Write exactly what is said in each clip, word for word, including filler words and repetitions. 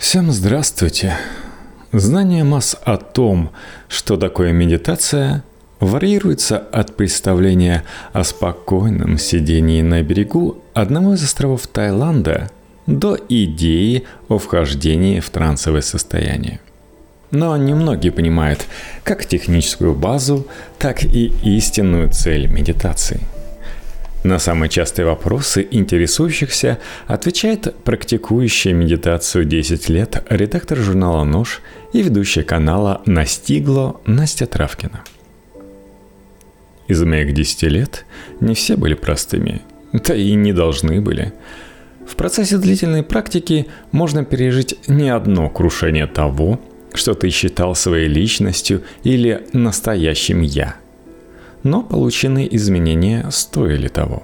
Всем здравствуйте! Знание масс о том, что такое медитация, варьируется от представления о спокойном сидении на берегу одного из островов Таиланда до идеи о вхождении в трансовое состояние. Но немногие понимают как техническую базу, так и истинную цель медитации. На самые частые вопросы интересующихся отвечает практикующая медитацию десять лет редактор журнала «Нож» и ведущая канала «Настигло» Настя Травкина. Из моих десяти лет не все были простыми, да и не должны были. В процессе длительной практики можно пережить не одно крушение того, что ты считал своей личностью или настоящим «я». Но полученные изменения стоили того.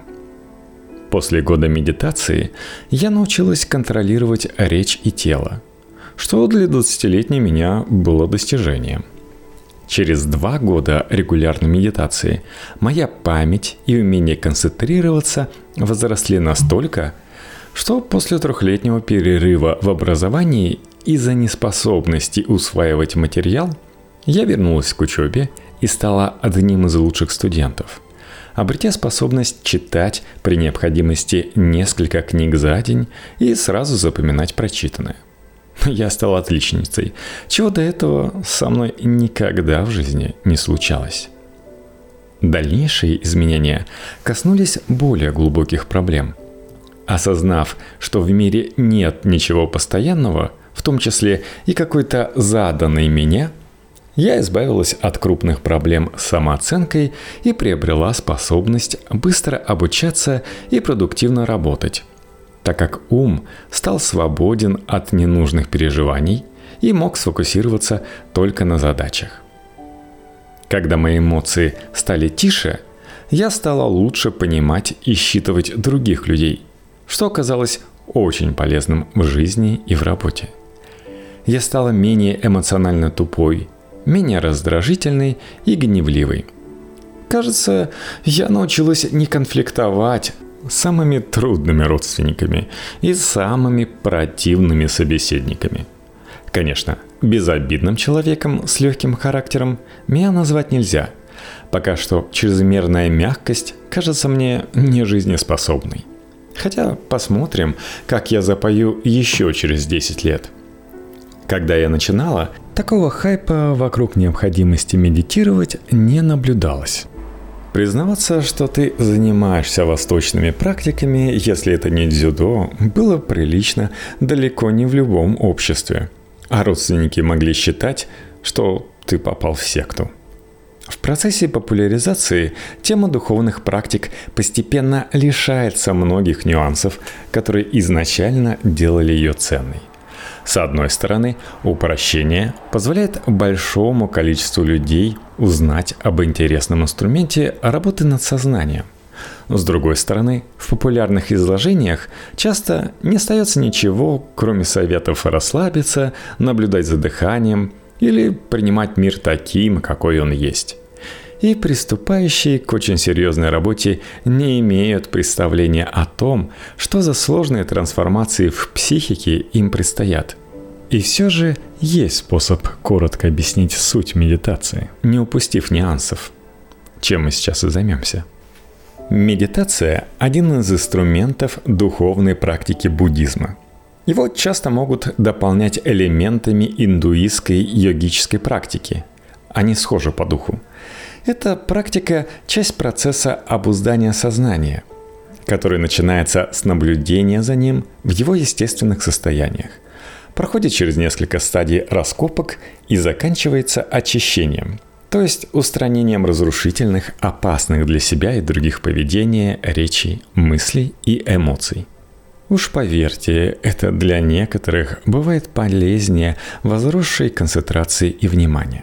После года медитации я научилась контролировать речь и тело, что для двадцатилетней меня было достижением. Через два года регулярной медитации моя память и умение концентрироваться возросли настолько, что после трехлетнего перерыва в образовании из-за неспособности усваивать материал я вернулась к учебе и стала одним из лучших студентов, обретя способность читать при необходимости несколько книг за день и сразу запоминать прочитанное. Я стала отличницей, чего до этого со мной никогда в жизни не случалось. Дальнейшие изменения коснулись более глубоких проблем. Осознав, что в мире нет ничего постоянного, в том числе и какой-то заданный меня, я избавилась от крупных проблем с самооценкой и приобрела способность быстро обучаться и продуктивно работать, так как ум стал свободен от ненужных переживаний и мог сфокусироваться только на задачах. Когда мои эмоции стали тише, я стала лучше понимать и считывать других людей, что оказалось очень полезным в жизни и в работе. Я стала менее эмоционально тупой, менее раздражительной и гневливой. Кажется, я научилась не конфликтовать с самыми трудными родственниками и самыми противными собеседниками. Конечно, безобидным человеком с легким характером меня назвать нельзя, пока что чрезмерная мягкость кажется мне нежизнеспособной. Хотя посмотрим, как я запою еще через десять лет. Когда я начинала, такого хайпа вокруг необходимости медитировать не наблюдалось. Признаваться, что ты занимаешься восточными практиками, если это не дзюдо, было прилично далеко не в любом обществе. А родственники могли считать, что ты попал в секту. В процессе популяризации тема духовных практик постепенно лишается многих нюансов, которые изначально делали ее ценной. С одной стороны, упрощение позволяет большому количеству людей узнать об интересном инструменте работы над сознанием. С другой стороны, в популярных изложениях часто не остается ничего, кроме советов расслабиться, наблюдать за дыханием или принимать мир таким, какой он есть. И приступающие к очень серьезной работе не имеют представления о том, что за сложные трансформации в психике им предстоят. И все же есть способ коротко объяснить суть медитации, не упустив нюансов, чем мы сейчас и займемся. Медитация – один из инструментов духовной практики буддизма. Его часто могут дополнять элементами индуистской йогической практики. Они схожи по духу. Эта практика – часть процесса обуздания сознания, который начинается с наблюдения за ним в его естественных состояниях, проходит через несколько стадий раскопок и заканчивается очищением, то есть устранением разрушительных, опасных для себя и других поведения, речи, мыслей и эмоций. Уж поверьте, это для некоторых бывает полезнее возросшей концентрации и внимания.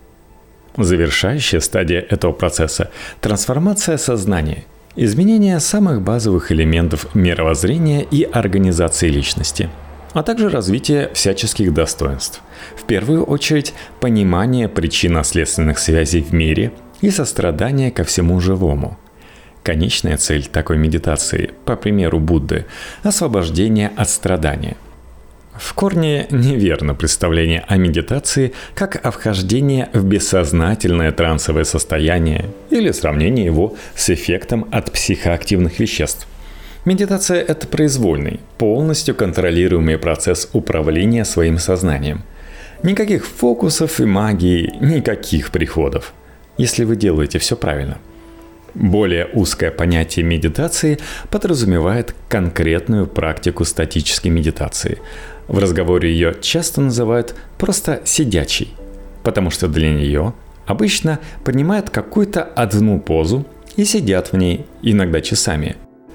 Завершающая стадия этого процесса – трансформация сознания, изменение самых базовых элементов мировоззрения и организации личности, а также развитие всяческих достоинств. В первую очередь, понимание причинно-следственных связей в мире и сострадание ко всему живому. Конечная цель такой медитации, по примеру Будды – освобождение от страдания. В корне неверно представление о медитации как о вхождении в бессознательное трансовое состояние или сравнение его с эффектом от психоактивных веществ. Медитация – это произвольный, полностью контролируемый процесс управления своим сознанием. Никаких фокусов и магии, никаких приходов, если вы делаете все правильно. Более узкое понятие медитации подразумевает конкретную практику статической медитации. В разговоре ее часто называют просто сидячей, потому что для нее обычно принимают какую-то одну позу и сидят в ней иногда часами.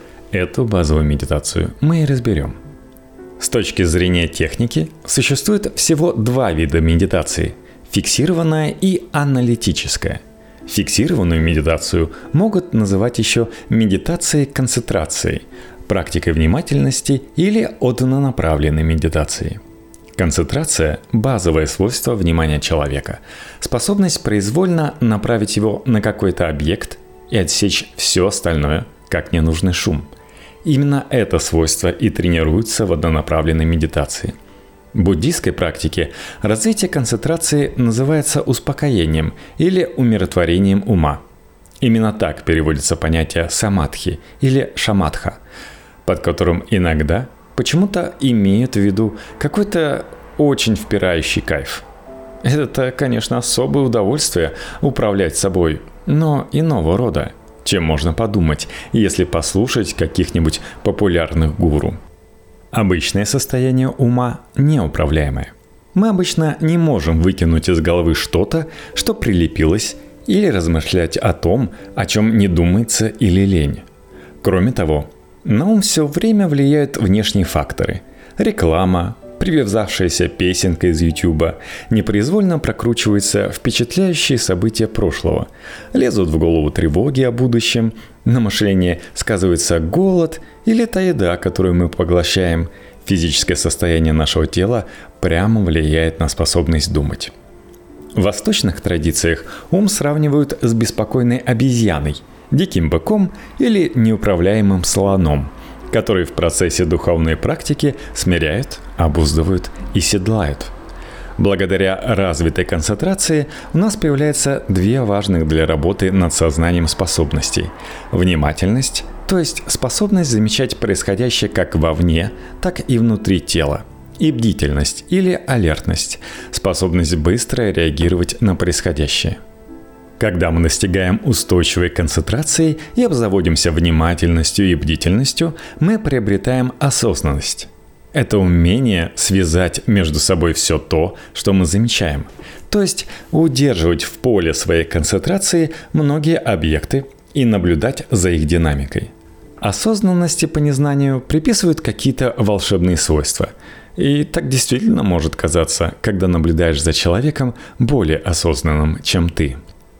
Эту базовую медитацию мы и разберем. С точки зрения техники существует всего два вида медитации – фиксированная и аналитическая. Фиксированную медитацию могут называть еще медитацией концентрацией, практикой внимательности или однонаправленной медитацией. Концентрация – базовое свойство внимания человека, способность произвольно направить его на какой-то объект и отсечь все остальное, как ненужный шум. Именно это свойство и тренируется в однонаправленной медитации. В буддийской практике развитие концентрации называется успокоением или умиротворением ума. Именно так переводится понятие самадхи или шаматха, под которым иногда почему-то имеют в виду какой-то очень впирающий кайф. Это, конечно, особое удовольствие управлять собой, но иного рода, чем можно подумать, если послушать каких-нибудь популярных гуру. Обычное состояние ума неуправляемое. Мы обычно не можем выкинуть из головы что-то, что прилепилось, или размышлять о том, о чем не думается или лень. Кроме того, на ум все время влияют внешние факторы. Реклама, привязавшаяся песенка из Ютуба, непроизвольно прокручиваются впечатляющие события прошлого. Лезут в голову тревоги о будущем, на мышление сказывается голод или та еда, которую мы поглощаем. Физическое состояние нашего тела прямо влияет на способность думать. В восточных традициях ум сравнивают с беспокойной обезьяной, диким быком или неуправляемым слоном, которые в процессе духовной практики смиряют, обуздывают и седлают. Благодаря развитой концентрации у нас появляются две важных для работы над сознанием способностей – внимательность, то есть способность замечать происходящее как вовне, так и внутри тела, и бдительность или алертность, способность быстро реагировать на происходящее. Когда мы достигаем устойчивой концентрации и обзаводимся внимательностью и бдительностью, мы приобретаем осознанность. Это умение связать между собой все то, что мы замечаем, то есть удерживать в поле своей концентрации многие объекты и наблюдать за их динамикой. Осознанности по незнанию приписывают какие-то волшебные свойства. И так действительно может казаться, когда наблюдаешь за человеком более осознанным, чем ты.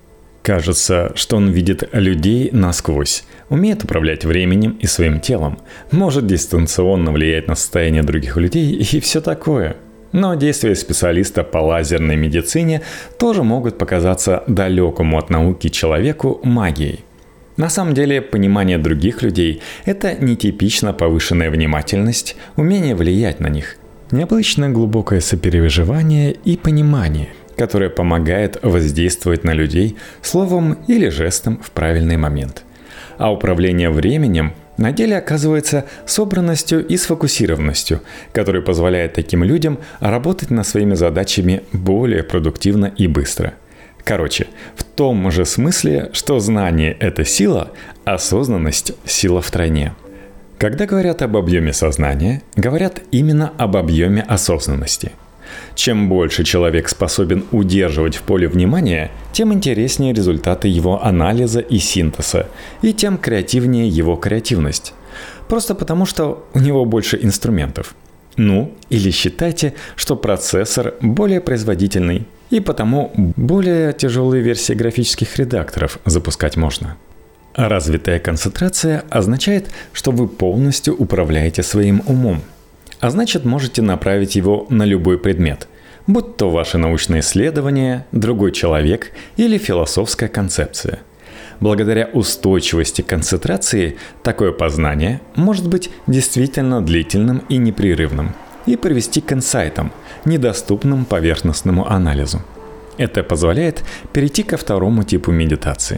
Кажется, что он видит людей насквозь, умеет управлять временем и своим телом, может дистанционно влиять на состояние других людей и все такое. Но действия специалиста по лазерной медицине тоже могут показаться далекому от науки человеку магией. На самом деле, понимание других людей – это нетипично повышенная внимательность, умение влиять на них, необычно глубокое сопереживание и понимание, которое помогает воздействовать на людей словом или жестом в правильный момент. А управление временем на деле оказывается собранностью и сфокусированностью, которая позволяет таким людям работать над своими задачами более продуктивно и быстро. Короче, в том же смысле, что знание – это сила, осознанность – сила втройне. Когда говорят об объеме сознания, говорят именно об объеме осознанности. Чем больше человек способен удерживать в поле внимания, тем интереснее результаты его анализа и синтеза, и тем креативнее его креативность. Просто потому, что у него больше инструментов. Ну, или считайте, что процессор более производительный, и потому более тяжелые версии графических редакторов запускать можно. Развитая концентрация означает, что вы полностью управляете своим умом. А значит, можете направить его на любой предмет, будь то ваше научное исследование, другой человек или философская концепция. Благодаря устойчивости концентрации такое познание может быть действительно длительным и непрерывным, и привести к инсайтам, недоступным поверхностному анализу. Это позволяет перейти ко второму типу медитации.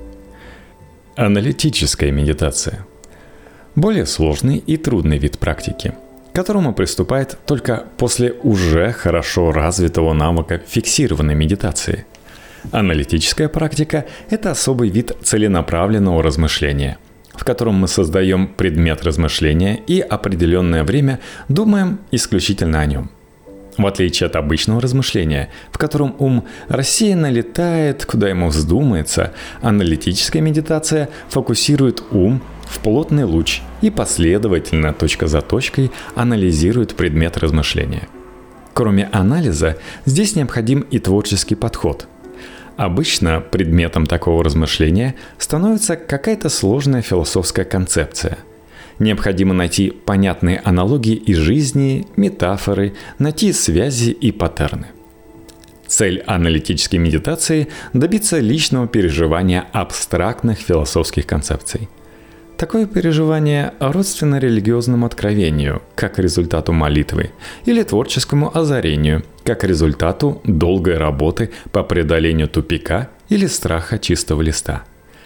Аналитическая медитация. Более сложный и трудный вид практики, к которому приступает только после уже хорошо развитого навыка фиксированной медитации. Аналитическая практика – это особый вид целенаправленного размышления, в котором мы создаем предмет размышления и определенное время думаем исключительно о нем. В отличие от обычного размышления, в котором ум рассеянно летает, куда ему вздумается, аналитическая медитация фокусирует ум в плотный луч и последовательно, точка за точкой, анализирует предмет размышления. Кроме анализа, здесь необходим и творческий подход. Обычно предметом такого размышления становится какая-то сложная философская концепция. Необходимо найти понятные аналогии из жизни, метафоры, найти связи и паттерны. Цель аналитической медитации – добиться личного переживания абстрактных философских концепций. Такое переживание родственно религиозному откровению, как результату молитвы, или творческому озарению, как результату долгой работы по преодолению тупика или страха чистого листа.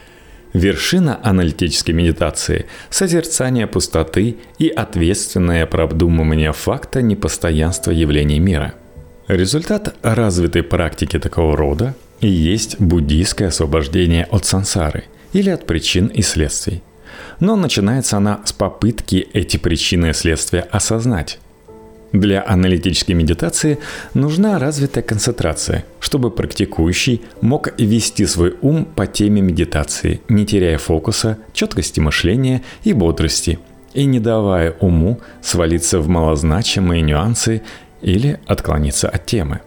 Вершина аналитической медитации – созерцание пустоты и ответственное продумывание факта непостоянства явлений мира. Результат развитой практики такого рода и есть буддийское освобождение от сансары или от причин и следствий. Но начинается она с попытки эти причины и следствия осознать. Для аналитической медитации нужна развитая концентрация, чтобы практикующий мог вести свой ум по теме медитации, не теряя фокуса, четкости мышления и бодрости, и не давая уму свалиться в малозначимые нюансы или отклониться от темы.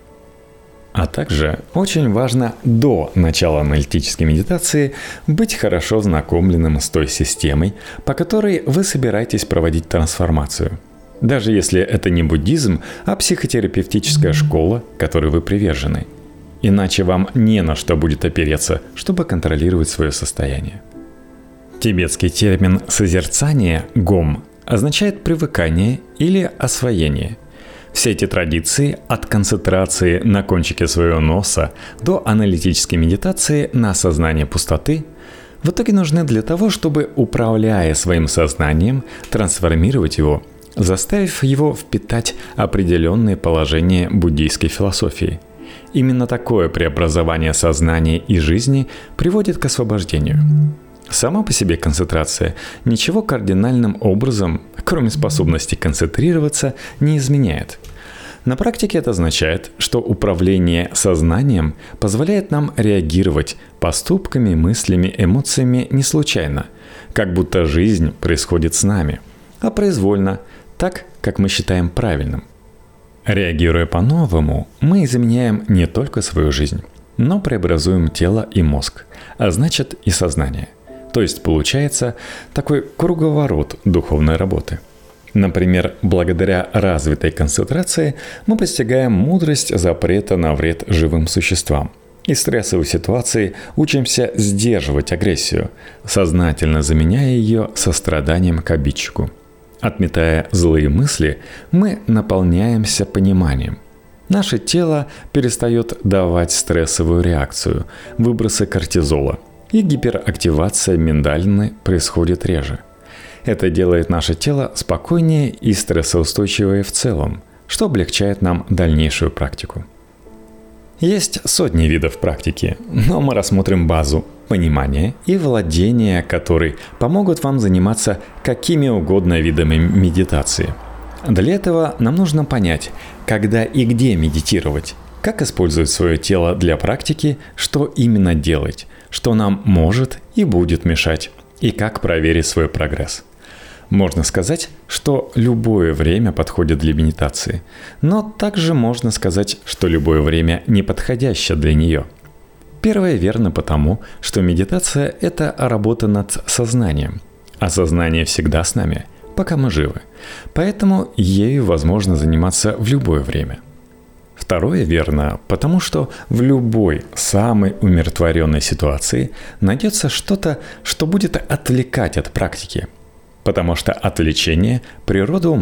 А также очень важно до начала аналитической медитации быть хорошо знакомленным с той системой, по которой вы собираетесь проводить трансформацию. Даже если это не буддизм, а психотерапевтическая школа, которой вы привержены. Иначе вам не на что будет опереться, чтобы контролировать свое состояние. Тибетский термин «созерцание» гом означает привыкание или освоение. Все эти традиции, от концентрации на кончике своего носа до аналитической медитации на осознание пустоты, в итоге нужны для того, чтобы, управляя своим сознанием, трансформировать его, заставив его впитать определенные положения буддийской философии. Именно такое преобразование сознания и жизни приводит к освобождению. Сама по себе концентрация ничего кардинальным образом, кроме способности концентрироваться, не изменяет. На практике это означает, что управление сознанием позволяет нам реагировать поступками, мыслями, эмоциями не случайно, как будто жизнь происходит с нами, а произвольно, так, как мы считаем правильным. Реагируя по-новому, мы изменяем не только свою жизнь, но преобразуем тело и мозг, а значит и сознание. То есть получается такой круговорот духовной работы. Например, благодаря развитой концентрации мы постигаем мудрость запрета на вред живым существам. И в стрессовой ситуации учимся сдерживать агрессию, сознательно заменяя ее состраданием к обидчику. Отметая злые мысли, мы наполняемся пониманием. Наше тело перестает давать стрессовую реакцию, выбросы кортизола, и гиперактивация миндалины происходит реже. Это делает наше тело спокойнее и стрессоустойчивее в целом, что облегчает нам дальнейшую практику. Есть сотни видов практики, но мы рассмотрим базу понимания и владения, которые помогут вам заниматься какими угодно видами медитации. Для этого нам нужно понять, когда и где медитировать, как использовать свое тело для практики, что именно делать, что нам может и будет мешать, и как проверить свой прогресс. Можно сказать, что любое время подходит для медитации, но также можно сказать, что любое время не подходящее для нее. Первое верно потому, что медитация – это работа над сознанием, а сознание всегда с нами, пока мы живы, поэтому ею возможно заниматься в любое время. Второе верно, потому что в любой самой умиротворенной ситуации найдется что-то, что будет отвлекать от практики. Потому что отвлечение – природа ума,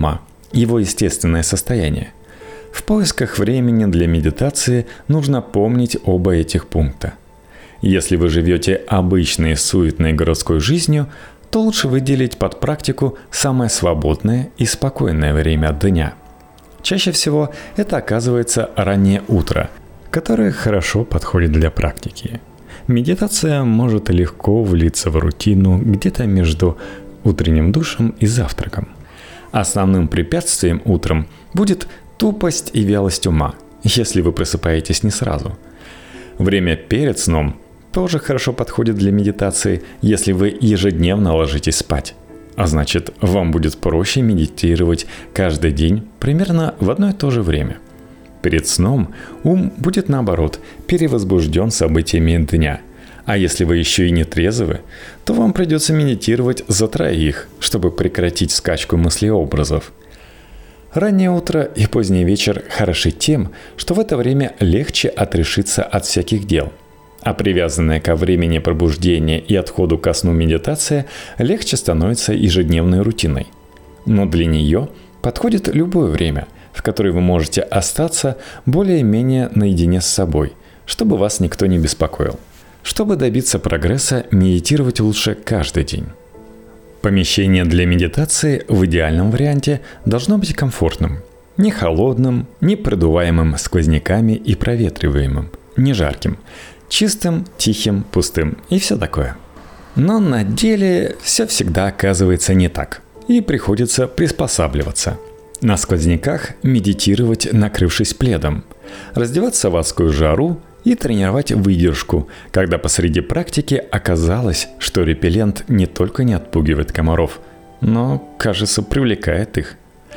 его естественное состояние. В поисках времени для медитации нужно помнить оба этих пункта. Если вы живете обычной суетной городской жизнью, то лучше выделить под практику самое свободное и спокойное время дня. Чаще всего это оказывается раннее утро, которое хорошо подходит для практики. Медитация может легко влиться в рутину где-то между утренним душем и завтраком. Основным препятствием утром будет тупость и вялость ума, если вы просыпаетесь не сразу. Время перед сном тоже хорошо подходит для медитации, если вы ежедневно ложитесь спать. А значит, вам будет проще медитировать каждый день примерно в одно и то же время. Перед сном ум будет, наоборот, перевозбужден событиями дня. А если вы еще и не трезвы, то вам придется медитировать за троих, чтобы прекратить скачку мыслеобразов. Раннее утро и поздний вечер хороши тем, что в это время легче отрешиться от всяких дел. А привязанная ко времени пробуждения и отходу ко сну медитация легче становится ежедневной рутиной. Но для нее подходит любое время, в которое вы можете остаться более-менее наедине с собой, чтобы вас никто не беспокоил. Чтобы добиться прогресса, медитировать лучше каждый день. Помещение для медитации в идеальном варианте должно быть комфортным. Не холодным, не продуваемым сквозняками и проветриваемым, не жарким. Чистым, тихим, пустым и все такое. Но на деле все всегда оказывается не так, и приходится приспосабливаться. На сквозняках медитировать, накрывшись пледом, раздеваться в адскую жару и тренировать выдержку, когда посреди практики оказалось, что репеллент не только не отпугивает комаров, но, кажется, привлекает их.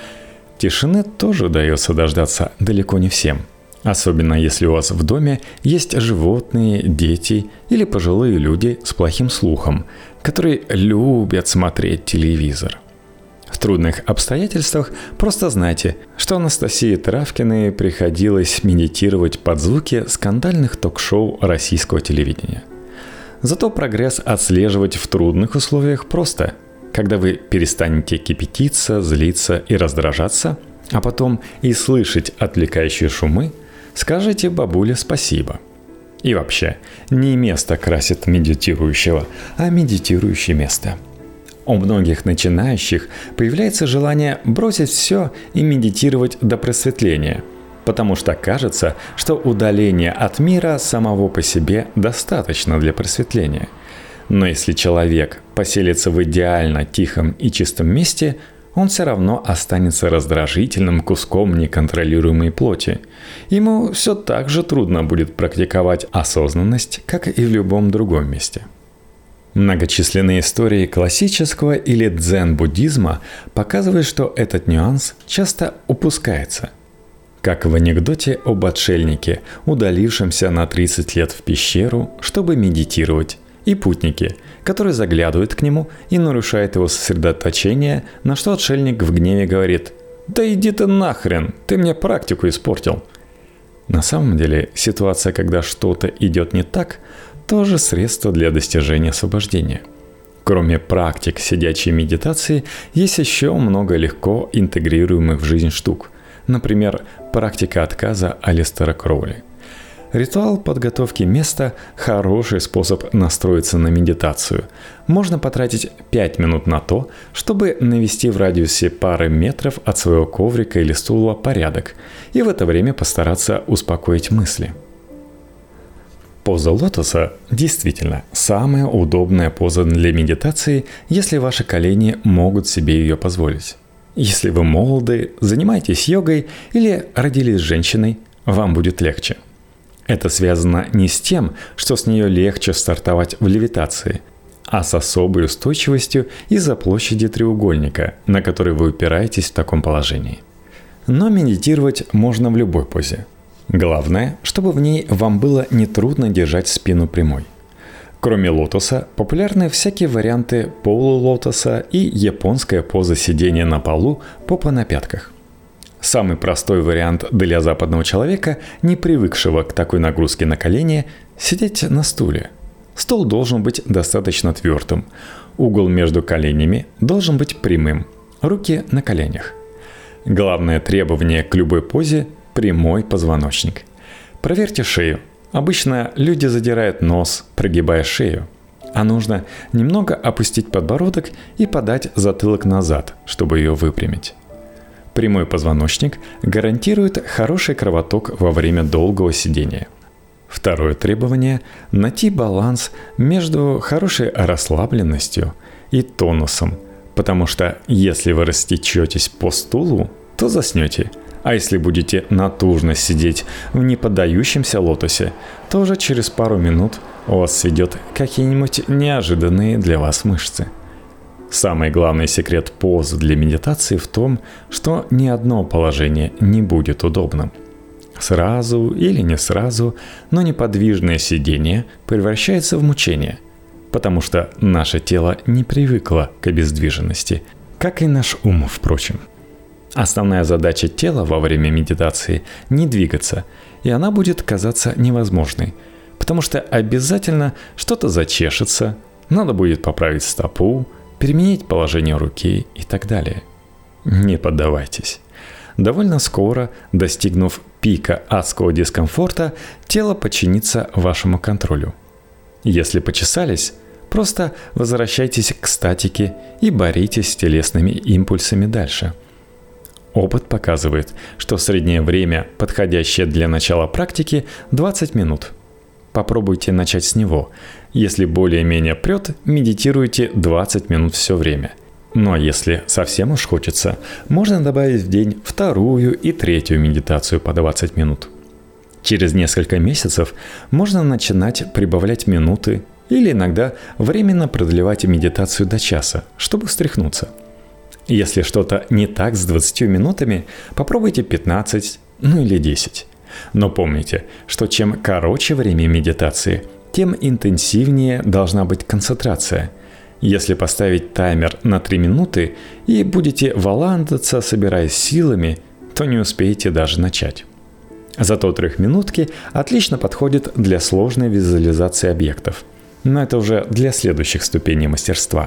Тишины тоже удается дождаться далеко не всем. Особенно если у вас в доме есть животные, дети или пожилые люди с плохим слухом, которые любят смотреть телевизор. В трудных обстоятельствах просто знайте, что Анастасии Травкиной приходилось медитировать под звуки скандальных ток-шоу российского телевидения. Зато прогресс отслеживать в трудных условиях просто, когда вы перестанете кипятиться, злиться и раздражаться, а потом и слышать отвлекающие шумы, скажите бабуле спасибо. И вообще, не место красит медитирующего, а медитирующее место. У многих начинающих появляется желание бросить все и медитировать до просветления, потому что кажется, что удаление от мира самого по себе достаточно для просветления. Но если человек поселится в идеально тихом и чистом месте, он все равно останется раздражительным куском неконтролируемой плоти. Ему все так же трудно будет практиковать осознанность, как и в любом другом месте. Многочисленные истории классического или дзен-буддизма показывают, что этот нюанс часто упускается. Как в анекдоте об отшельнике, удалившемся на тридцать лет в пещеру, чтобы медитировать, и путнике, который заглядывает к нему и нарушает его сосредоточение, на что отшельник в гневе говорит: «Да иди ты нахрен, ты мне практику испортил». На самом деле, ситуация, когда что-то идет не так, тоже средство для достижения освобождения. Кроме практик сидячей медитации, есть еще много легко интегрируемых в жизнь штук. Например, практика отказа Алистера Кроули. Ритуал подготовки места – хороший способ настроиться на медитацию. Можно потратить пять минут на то, чтобы навести в радиусе пары метров от своего коврика или стула порядок, и в это время постараться успокоить мысли. Поза лотоса действительно самая удобная поза для медитации, если ваши колени могут себе ее позволить. Если вы молоды, занимаетесь йогой или родились женщиной, вам будет легче. Это связано не с тем, что с нее легче стартовать в левитации, а с особой устойчивостью из-за площади треугольника, на который вы упираетесь в таком положении. Но медитировать можно в любой позе. Главное, чтобы в ней вам было нетрудно держать спину прямой. Кроме лотоса, популярны всякие варианты полулотоса и японская поза сидения на полу, попа на пятках. Самый простой вариант для западного человека, не привыкшего к такой нагрузке на колени, сидеть на стуле. Стол должен быть достаточно твердым. Угол между коленями должен быть прямым. Руки на коленях. Главное требование к любой позе – прямой позвоночник. Проверьте шею. Обычно люди задирают нос, прогибая шею. А нужно немного опустить подбородок и подать затылок назад, чтобы ее выпрямить. Прямой позвоночник гарантирует хороший кровоток во время долгого сидения. Второе требование – найти баланс между хорошей расслабленностью и тонусом, потому что если вы растечетесь по стулу, то заснете, а если будете натужно сидеть в неподдающемся лотосе, то уже через пару минут у вас сведет какие-нибудь неожиданные для вас мышцы. Самый главный секрет позы для медитации в том, что ни одно положение не будет удобным. Сразу или не сразу, но неподвижное сидение превращается в мучение, потому что наше тело не привыкло к обездвиженности, как и наш ум, впрочем. Основная задача тела во время медитации – не двигаться, и она будет казаться невозможной, потому что обязательно что-то зачешется, надо будет поправить стопу, переменить положение руки и так далее. Не поддавайтесь. Довольно скоро, достигнув пика адского дискомфорта, тело подчинится вашему контролю. Если почесались, просто возвращайтесь к статике и боритесь с телесными импульсами дальше. Опыт показывает, что среднее время, подходящее для начала практики, двадцать минут. Попробуйте начать с него. Если более-менее прет, медитируйте двадцать минут все время. Но если совсем уж хочется, можно добавить в день вторую и третью медитацию по двадцать минут. Через несколько месяцев можно начинать прибавлять минуты или иногда временно продлевать медитацию до часа, чтобы встряхнуться. Если что-то не так с двадцатью минутами, попробуйте пятнадцать, ну или десять. Но помните, что чем короче время медитации, тем интенсивнее должна быть концентрация. Если поставить таймер на три минуты и будете валандаться, собираясь силами, то не успеете даже начать. Зато трехминутки отлично подходят для сложной визуализации объектов. Но это уже для следующих ступеней мастерства.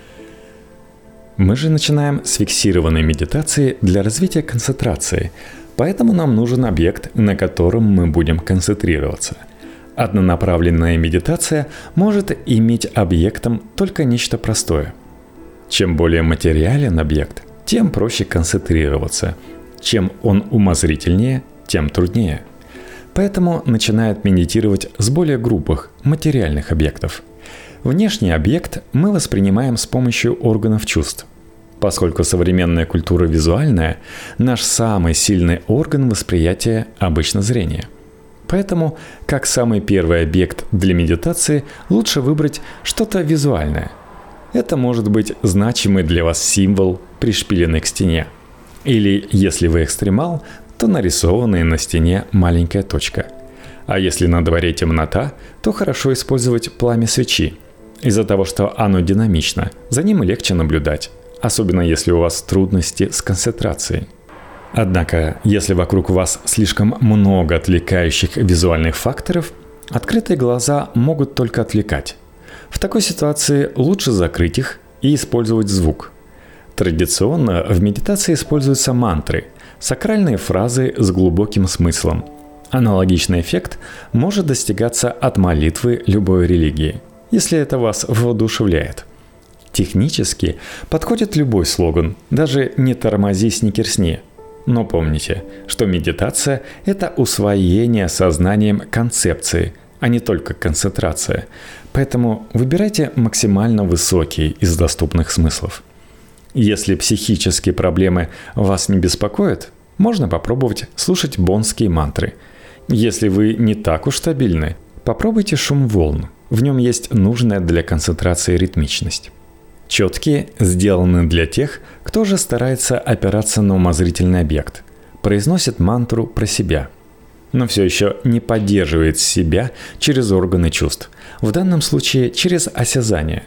Мы же начинаем с фиксированной медитации для развития концентрации, поэтому нам нужен объект, на котором мы будем концентрироваться. Однонаправленная медитация может иметь объектом только нечто простое. Чем более материален объект, тем проще концентрироваться. Чем он умозрительнее, тем труднее. Поэтому начинают медитировать с более грубых, материальных объектов. Внешний объект мы воспринимаем с помощью органов чувств. Поскольку современная культура визуальная, наш самый сильный орган восприятия обычно зрение. Поэтому, как самый первый объект для медитации, лучше выбрать что-то визуальное. Это может быть значимый для вас символ, пришпиленный к стене. Или, если вы экстремал, то нарисованная на стене маленькая точка. А если на дворе темнота, то хорошо использовать пламя свечи. Из-за того, что оно динамично, за ним легче наблюдать, особенно если у вас трудности с концентрацией. Однако, если вокруг вас слишком много отвлекающих визуальных факторов, открытые глаза могут только отвлекать. В такой ситуации лучше закрыть их и использовать звук. Традиционно в медитации используются мантры, сакральные фразы с глубоким смыслом. Аналогичный эффект может достигаться от молитвы любой религии, если это вас воодушевляет. Технически подходит любой слоган, даже «не тормозись, не кирсни». Но помните, что медитация – это усвоение сознанием концепции, а не только концентрация. Поэтому выбирайте максимально высокий из доступных смыслов. Если психические проблемы вас не беспокоят, можно попробовать слушать бонские мантры. Если вы не так уж стабильны, попробуйте шум волн. В нем есть нужная для концентрации ритмичность. Четкие сделаны для тех, кто же старается опираться на умозрительный объект, произносит мантру про себя, но все еще не поддерживает себя через органы чувств, в данном случае через осязание.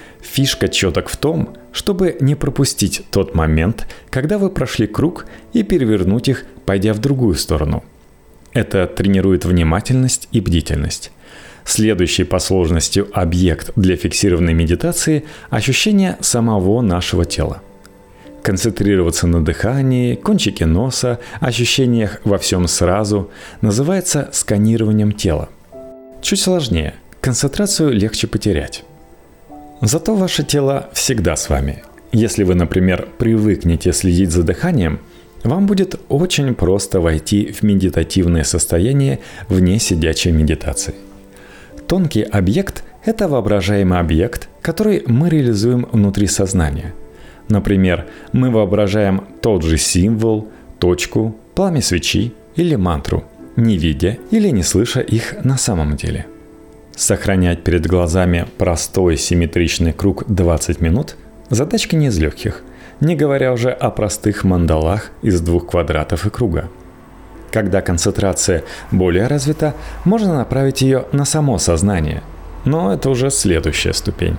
Фишка четок в том, чтобы не пропустить тот момент, когда вы прошли круг, и перевернуть их, пойдя в другую сторону. Это тренирует внимательность и бдительность. Следующий по сложности объект для фиксированной медитации – ощущение самого нашего тела. Концентрироваться на дыхании, кончике носа, ощущениях во всем сразу называется сканированием тела. Чуть сложнее, концентрацию легче потерять. Зато ваше тело всегда с вами. Если вы, например, привыкнете следить за дыханием, вам будет очень просто войти в медитативное состояние вне сидячей медитации. Тонкий объект – это воображаемый объект, который мы реализуем внутри сознания. Например, мы воображаем тот же символ, точку, пламя свечи или мантру, не видя или не слыша их на самом деле. Сохранять перед глазами простой симметричный круг двадцать минут – задачка не из легких, не говоря уже о простых мандалах из двух квадратов и круга. Когда концентрация более развита, можно направить ее на само сознание, но это уже следующая ступень.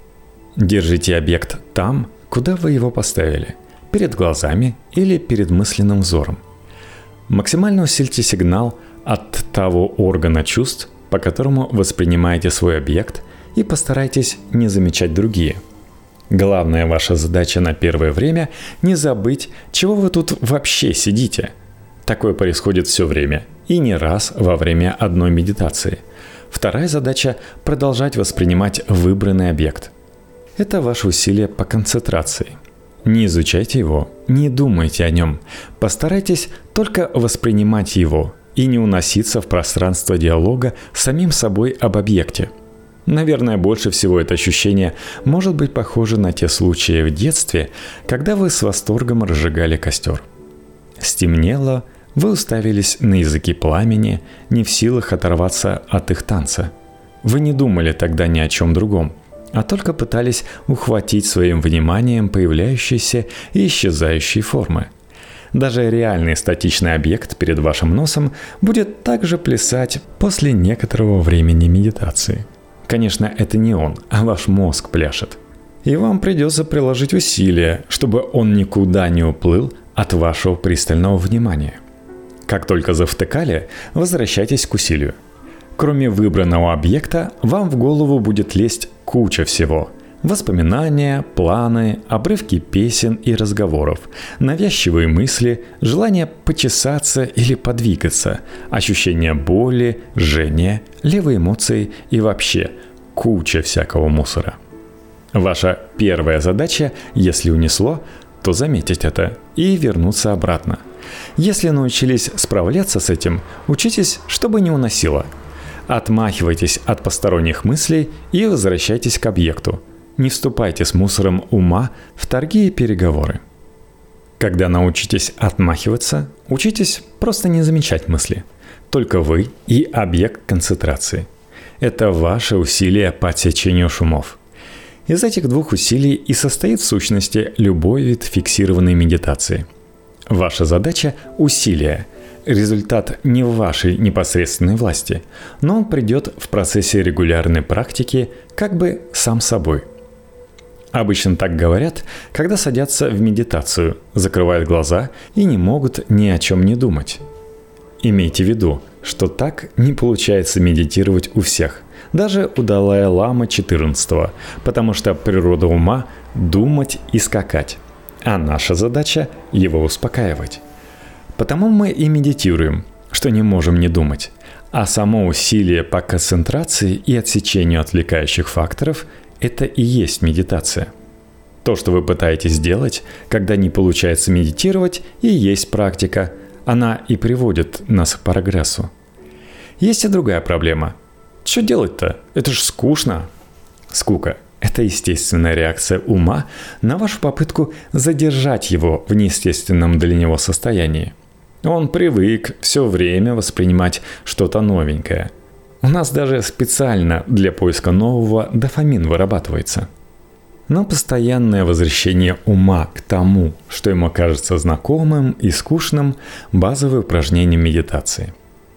Держите объект там, куда вы его поставили, перед глазами или перед мысленным взором. Максимально усильте сигнал от того органа чувств, по которому воспринимаете свой объект, и постарайтесь не замечать другие. Главная ваша задача на первое время – не забыть, чего вы тут вообще сидите. Такое происходит все время, и не раз во время одной медитации. Вторая задача – продолжать воспринимать выбранный объект. Это ваше усилие по концентрации. Не изучайте его, не думайте о нем. Постарайтесь только воспринимать его и не уноситься в пространство диалога с самим собой об объекте. Наверное, больше всего это ощущение может быть похоже на те случаи в детстве, когда вы с восторгом разжигали костер. Стемнело, вы уставились на языки пламени, не в силах оторваться от их танца. Вы не думали тогда ни о чем другом, а только пытались ухватить своим вниманием появляющиеся и исчезающие формы. Даже реальный статичный объект перед вашим носом будет также плясать после некоторого времени медитации. Конечно, это не он, а ваш мозг пляшет. И вам придется приложить усилия, чтобы он никуда не уплыл от вашего пристального внимания. Как только завтыкали, возвращайтесь к усилию. Кроме выбранного объекта, вам в голову будет лезть куча всего. Воспоминания, планы, обрывки песен и разговоров, навязчивые мысли, желание почесаться или подвигаться, ощущение боли, жжения, левые эмоции и вообще куча всякого мусора. Ваша первая задача, если унесло, то заметить это и вернуться обратно. Если научились справляться с этим, учитесь, чтобы не уносило. Отмахивайтесь от посторонних мыслей и возвращайтесь к объекту. Не вступайте с мусором ума в торги и переговоры. Когда научитесь отмахиваться, учитесь просто не замечать мысли. Только вы и объект концентрации. Это ваше усилие по отсечению шумов. Из этих двух усилий и состоит в сущности любой вид фиксированной медитации. Ваша задача – усилие. Результат не в вашей непосредственной власти, но он придет в процессе регулярной практики как бы сам собой. Обычно так говорят, когда садятся в медитацию, закрывают глаза и не могут ни о чем не думать. Имейте в виду, что так не получается медитировать у всех, даже у Далай-ламы четырнадцатого, потому что природа ума – думать и скакать, а наша задача – его успокаивать. Потому мы и медитируем, что не можем не думать, а само усилие по концентрации и отсечению отвлекающих факторов – это и есть медитация. То, что вы пытаетесь сделать, когда не получается медитировать, и есть практика. Она и приводит нас к прогрессу. Есть и другая проблема. Что делать-то? Это ж скучно. Скука – это естественная реакция ума на вашу попытку задержать его в неестественном для него состоянии. Он привык все время воспринимать что-то новенькое. У нас даже специально для поиска нового дофамин вырабатывается. Но постоянное возвращение ума к тому, что ему кажется знакомым и скучным – базовое упражнение медитации.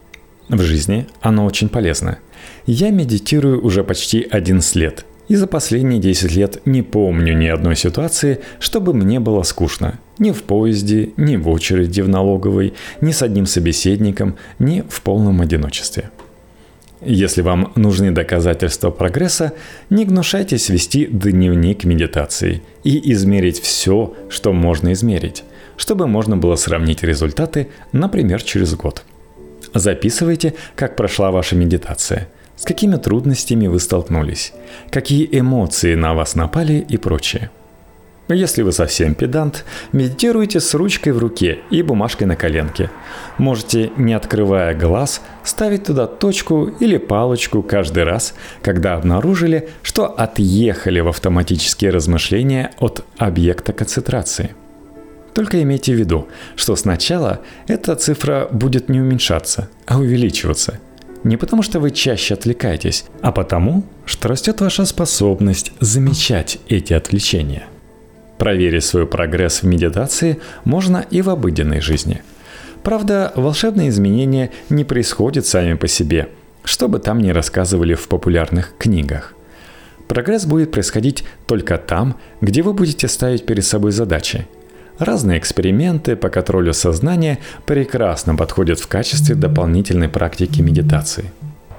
В жизни оно очень полезно. Я медитирую уже почти одиннадцать лет, и за последние десять лет не помню ни одной ситуации, чтобы мне было скучно. Ни в поезде, ни в очереди в налоговой, ни с одним собеседником, ни в полном одиночестве. Если вам нужны доказательства прогресса, не гнушайтесь вести дневник медитации и измерить все, что можно измерить, чтобы можно было сравнить результаты, например, через год. Записывайте, как прошла ваша медитация, с какими трудностями вы столкнулись, какие эмоции на вас напали и прочее. Если вы совсем педант, медитируйте с ручкой в руке и бумажкой на коленке. Можете, не открывая глаз, ставить туда точку или палочку каждый раз, когда обнаружили, что отъехали в автоматические размышления от объекта концентрации. Только имейте в виду, что сначала эта цифра будет не уменьшаться, а увеличиваться. Не потому, что вы чаще отвлекаетесь, а потому, что растет ваша способность замечать эти отвлечения. Проверить свой прогресс в медитации можно и в обыденной жизни. Правда, волшебные изменения не происходят сами по себе, что бы там ни рассказывали в популярных книгах. Прогресс будет происходить только там, где вы будете ставить перед собой задачи. Разные эксперименты по контролю сознания прекрасно подходят в качестве дополнительной практики медитации.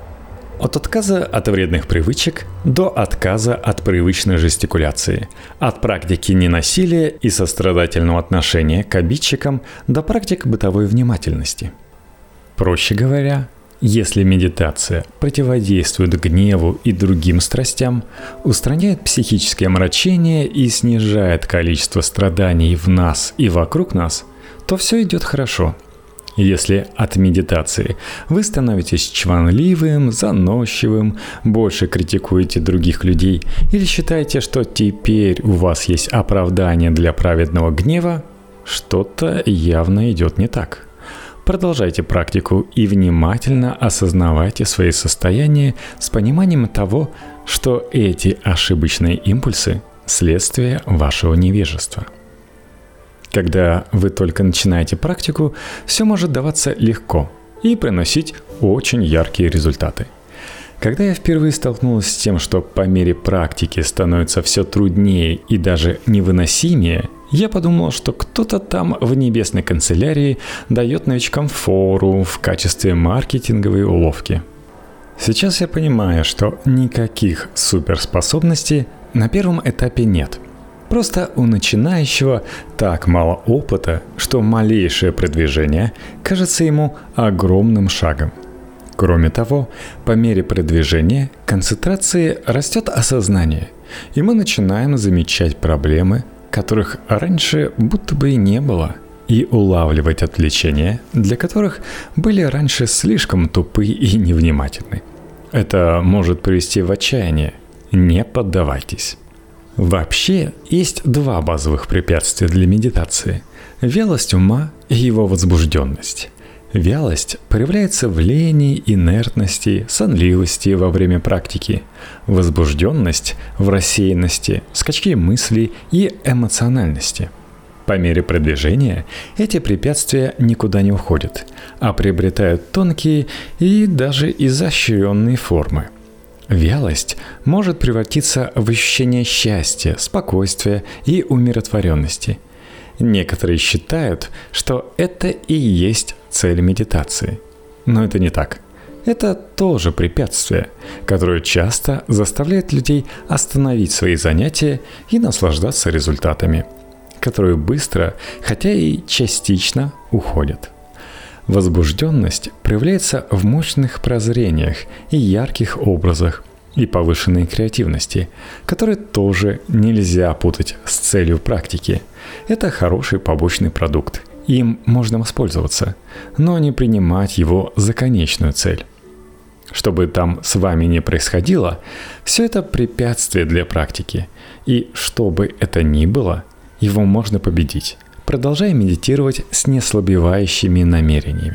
От отказа от вредных привычек до отказа от привычной жестикуляции. От практики ненасилия и сострадательного отношения к обидчикам до практик бытовой внимательности. Проще говоря, если медитация противодействует гневу и другим страстям, устраняет психическое омрачение и снижает количество страданий в нас и вокруг нас, то все идет хорошо. Если от медитации вы становитесь чванливым, заносчивым, больше критикуете других людей или считаете, что теперь у вас есть оправдание для праведного гнева, что-то явно идет не так. Продолжайте практику и внимательно осознавайте свои состояния с пониманием того, что эти ошибочные импульсы – следствие вашего невежества. Когда вы только начинаете практику, все может даваться легко и приносить очень яркие результаты. Когда я впервые столкнулся с тем, что по мере практики становится все труднее и даже невыносимее, я подумал, что кто-то там в небесной канцелярии дает новичкам фору в качестве маркетинговой уловки. Сейчас я понимаю, что никаких суперспособностей на первом этапе нет. Просто у начинающего так мало опыта, что малейшее продвижение кажется ему огромным шагом. Кроме того, по мере продвижения концентрации растет осознание, и мы начинаем замечать проблемы, которых раньше будто бы и не было, и улавливать отвлечения, для которых были раньше слишком тупы и невнимательны. Это может привести в отчаяние. Не поддавайтесь. Вообще, есть два базовых препятствия для медитации – вялость ума и его возбужденность. Вялость проявляется в лени, инертности, сонливости во время практики. Возбужденность в рассеянности, скачке мыслей и эмоциональности. По мере продвижения эти препятствия никуда не уходят, а приобретают тонкие и даже изощренные формы. Вялость может превратиться в ощущение счастья, спокойствия и умиротворенности. Некоторые считают, что это и есть цель медитации. Но это не так. Это тоже препятствие, которое часто заставляет людей остановить свои занятия и наслаждаться результатами, которые быстро, хотя и частично уходят. Возбужденность проявляется в мощных прозрениях и ярких образах и повышенной креативности, которые тоже нельзя путать с целью практики. Это хороший побочный продукт, им можно воспользоваться, но не принимать его за конечную цель. Что бы там с вами ни происходило, все это препятствие для практики, и что бы это ни было, его можно победить, продолжая медитировать с неслабевающими намерениями.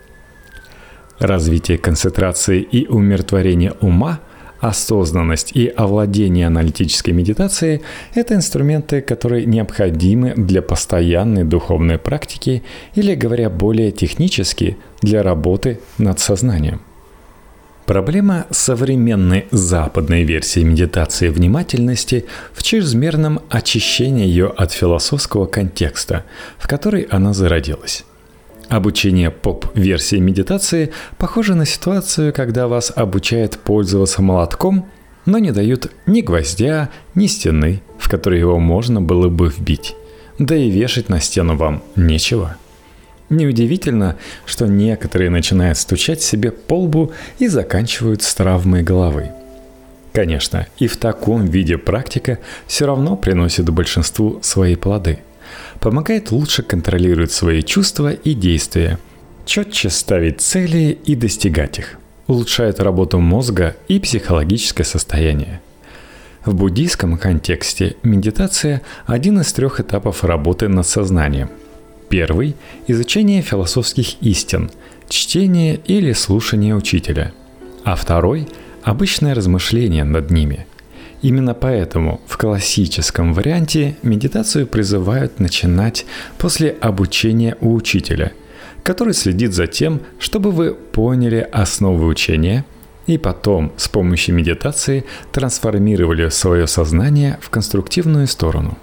Развитие концентрации и умиротворение ума, осознанность и овладение аналитической медитацией – это инструменты, которые необходимы для постоянной духовной практики или, говоря более технически, для работы над сознанием. Проблема современной западной версии медитации внимательности в чрезмерном очищении ее от философского контекста, в который она зародилась. Обучение поп-версии медитации похоже на ситуацию, когда вас обучают пользоваться молотком, но не дают ни гвоздя, ни стены, в которой его можно было бы вбить. Да и вешать на стену вам нечего. Неудивительно, что некоторые начинают стучать себе по лбу и заканчивают с травмой головы. Конечно, и в таком виде практика все равно приносит большинству свои плоды. Помогает лучше контролировать свои чувства и действия, четче ставить цели и достигать их. Улучшает работу мозга и психологическое состояние. В буддийском контексте медитация – один из трех этапов работы над сознанием. Первый – изучение философских истин, чтение или слушание учителя. А второй – обычное размышление над ними. Именно поэтому в классическом варианте медитацию призывают начинать после обучения у учителя, который следит за тем, чтобы вы поняли основы учения и потом с помощью медитации трансформировали свое сознание в конструктивную сторону.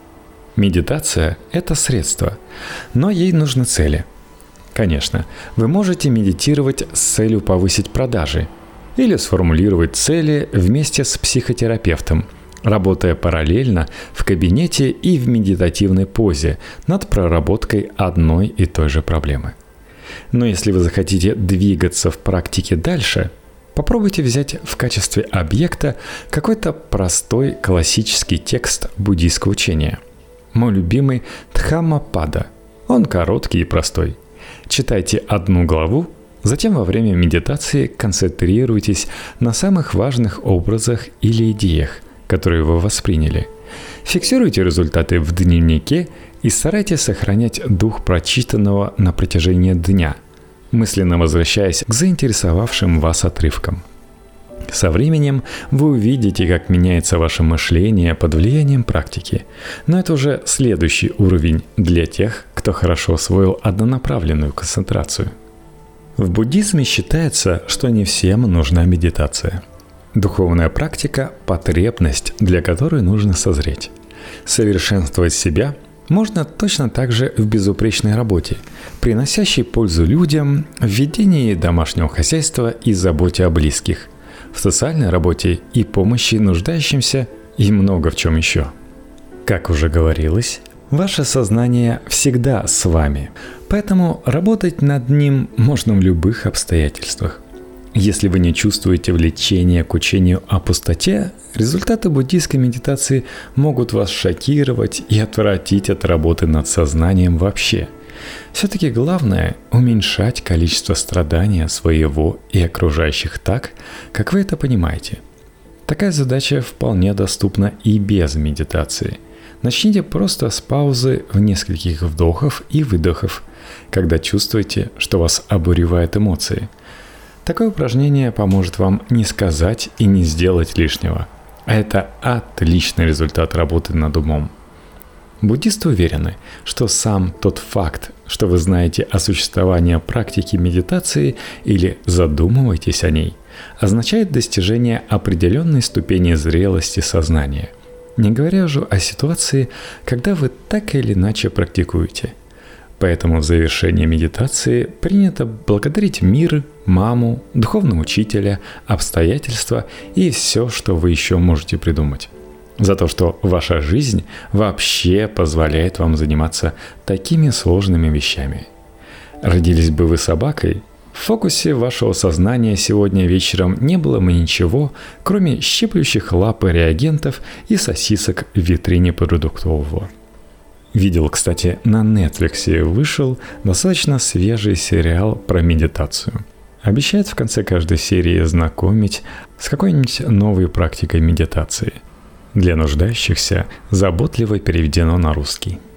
Медитация – это средство, но ей нужны цели. Конечно, вы можете медитировать с целью повысить продажи или сформулировать цели вместе с психотерапевтом, работая параллельно в кабинете и в медитативной позе над проработкой одной и той же проблемы. Но если вы захотите двигаться в практике дальше, попробуйте взять в качестве объекта какой-то простой классический текст буддийского учения. Мой любимый Дхаммапада. Он короткий и простой. Читайте одну главу, затем во время медитации концентрируйтесь на самых важных образах или идеях, которые вы восприняли. Фиксируйте результаты в дневнике и старайтесь сохранять дух прочитанного на протяжении дня, мысленно возвращаясь к заинтересовавшим вас отрывкам. Со временем вы увидите, как меняется ваше мышление под влиянием практики, но это уже следующий уровень для тех, кто хорошо освоил однонаправленную концентрацию. В буддизме считается, что не всем нужна медитация. Духовная практика – потребность, для которой нужно созреть. Совершенствовать себя можно точно так же в безупречной работе, приносящей пользу людям, в ведении домашнего хозяйства и заботе о близких, в социальной работе и помощи нуждающимся и много в чем еще. Как уже говорилось, ваше сознание всегда с вами, поэтому работать над ним можно в любых обстоятельствах. Если вы не чувствуете влечения к учению о пустоте, результаты буддийской медитации могут вас шокировать и отвратить от работы над сознанием вообще. Все-таки главное – уменьшать количество страдания своего и окружающих так, как вы это понимаете. Такая задача вполне доступна и без медитации. Начните просто с паузы в нескольких вдохов и выдохов, когда чувствуете, что вас обуревают эмоции. Такое упражнение поможет вам не сказать и не сделать лишнего. А это отличный результат работы над умом. Буддисты уверены, что сам тот факт, что вы знаете о существовании практики медитации или задумываетесь о ней, означает достижение определенной ступени зрелости сознания. Не говоря уже о ситуации, когда вы так или иначе практикуете. Поэтому в завершении медитации принято благодарить мир, маму, духовного учителя, обстоятельства и все, что вы еще можете придумать. За то, что ваша жизнь вообще позволяет вам заниматься такими сложными вещами. Родились бы вы собакой, в фокусе вашего сознания сегодня вечером не было бы ничего, кроме щиплющих лапы реагентов и сосисок в витрине продуктового. Видел, кстати, на Netflix вышел достаточно свежий сериал про медитацию. Обещает в конце каждой серии знакомить с какой-нибудь новой практикой медитации. Для нуждающихся заботливо переведено на русский.